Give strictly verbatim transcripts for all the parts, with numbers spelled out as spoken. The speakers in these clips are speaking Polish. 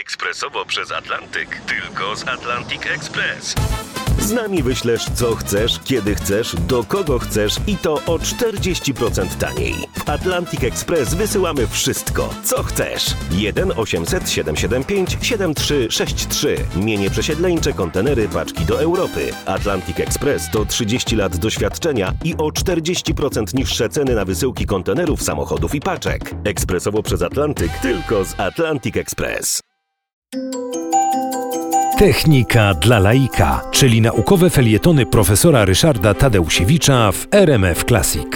Ekspresowo przez Atlantyk. Tylko z Atlantic Express. Z nami wyślesz co chcesz, kiedy chcesz, do kogo chcesz i to o czterdzieści procent taniej. W Atlantic Express wysyłamy wszystko, co chcesz. jeden osiemset siedemset siedemdziesiąt pięć siedemdziesiąt trzy sześćdziesiąt trzy. Mienie przesiedleńcze, kontenery, paczki do Europy. Atlantic Express to trzydzieści lat doświadczenia i o czterdzieści procent niższe ceny na wysyłki kontenerów, samochodów i paczek. Ekspresowo przez Atlantyk, tylko z Atlantic Express. Technika dla laika, czyli naukowe felietony profesora Ryszarda Tadeusiewicza w R M F Classic.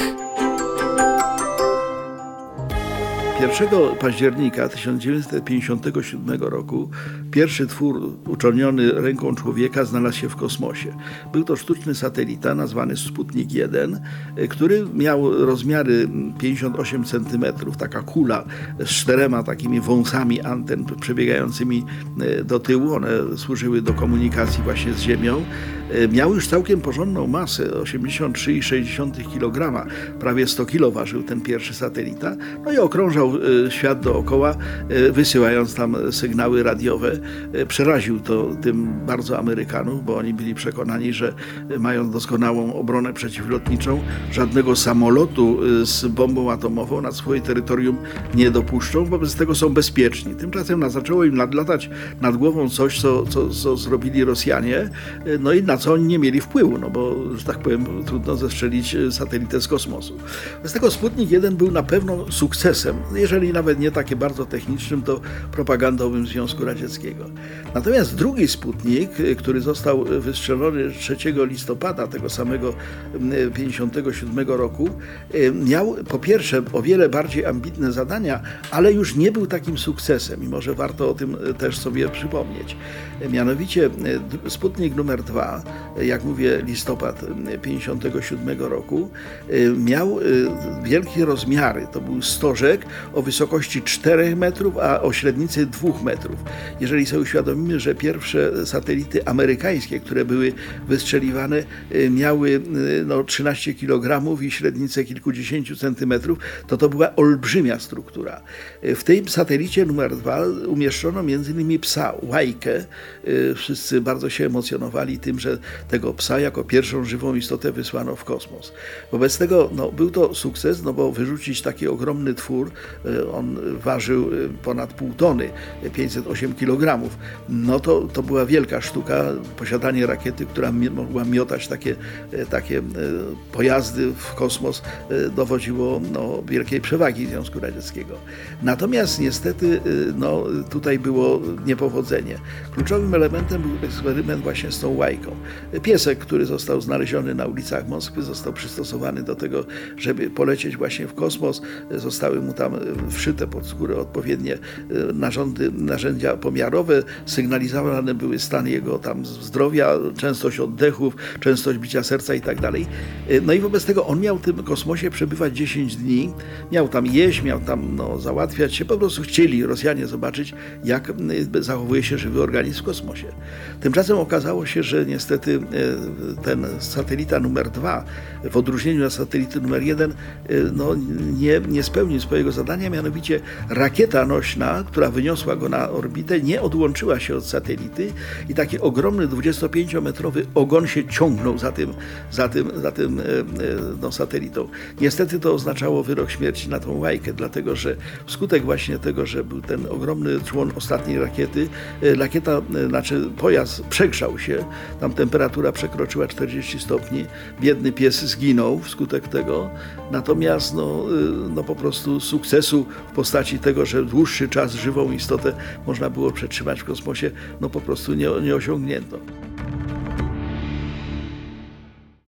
pierwszego października tysiąc dziewięćset pięćdziesiątego siódmego roku pierwszy twór uczyniony ręką człowieka znalazł się w kosmosie. Był to sztuczny satelita nazwany Sputnik jeden, który miał rozmiary pięćdziesiąt osiem centymetrów, taka kula z czterema takimi wąsami anten przebiegającymi do tyłu. One służyły do komunikacji właśnie z Ziemią. Miał już całkiem porządną masę, osiemdziesiąt trzy przecinek sześć kilograma, prawie sto kilo ważył ten pierwszy satelita, no i okrążał świat dookoła, wysyłając tam sygnały radiowe. Przeraził to tym bardzo Amerykanów, bo oni byli przekonani, że mają doskonałą obronę przeciwlotniczą, żadnego samolotu z bombą atomową na swoje terytorium nie dopuszczą, wobec tego są bezpieczni. Tymczasem zaczęło im nadlatać nad głową coś, co, co, co zrobili Rosjanie, no i na co oni nie mieli wpływu, no bo, że tak powiem, trudno zestrzelić satelitę z kosmosu. Z tego Sputnik jeden był na pewno sukcesem, jeżeli nawet nie takie bardzo technicznym, to propagandowym Związku Radzieckiego. Natomiast drugi Sputnik, który został wystrzelony trzeciego listopada tego samego pięćdziesiątego siódmego roku, miał po pierwsze o wiele bardziej ambitne zadania, ale już nie był takim sukcesem i może warto o tym też sobie przypomnieć. Mianowicie Sputnik numer dwa, jak mówię, listopad pięćdziesiątego siódmego roku, miał wielkie rozmiary. To był stożek o wysokości czterech metrów, a o średnicy dwóch metrów. Jeżeli sobie uświadomimy, że pierwsze satelity amerykańskie, które były wystrzeliwane, miały no, trzynaście kilogramów i średnicę kilkudziesięciu centymetrów, to to była olbrzymia struktura. W tej satelicie numer dwa umieszczono między innymi psa, łajkę. Wszyscy bardzo się emocjonowali tym, że tego psa jako pierwszą żywą istotę wysłano w kosmos. Wobec tego no, był to sukces, no bo wyrzucić taki ogromny twór, on ważył ponad pół tony, pięćset osiem kilogramów. No to, to była wielka sztuka, posiadanie rakiety, która mogła miotać takie, takie pojazdy w kosmos, dowodziło no, wielkiej przewagi Związku Radzieckiego. Natomiast niestety no, tutaj było niepowodzenie. Kluczowym elementem był eksperyment właśnie z tą łajką. Piesek, który został znaleziony na ulicach Moskwy, został przystosowany do tego, żeby polecieć właśnie w kosmos. Zostały mu tam wszyte pod skórę odpowiednie narządy, narzędzia pomiarowe. Sygnalizowane były stan jego tam zdrowia, częstość oddechów, częstość bicia serca i tak dalej. No i wobec tego on miał w tym kosmosie przebywać dziesięć dni. Miał tam jeść, miał tam no, załatwiać się. Po prostu chcieli Rosjanie zobaczyć, jak zachowuje się żywy organizm w kosmosie. Tymczasem okazało się, że niestety ten satelita numer dwa, w odróżnieniu od satelity numer jeden, no, nie, nie spełnił swojego zadania, mianowicie rakieta nośna, która wyniosła go na orbitę, nie odłączyła się od satelity i taki ogromny dwudziestopięciometrowy ogon się ciągnął za tym, za tym, za tym no, satelitą. Niestety to oznaczało wyrok śmierci na tą łajkę, dlatego że wskutek właśnie tego, że był ten ogromny człon ostatniej rakiety, rakieta, znaczy pojazd przegrzał się, tam temperatura przekroczyła czterdzieści stopni, biedny pies zginął wskutek tego, natomiast no, no po prostu sukcesu w postaci tego, że dłuższy czas żywą istotę można było przetrzymać w kosmosie, no po prostu nie, nie osiągnięto.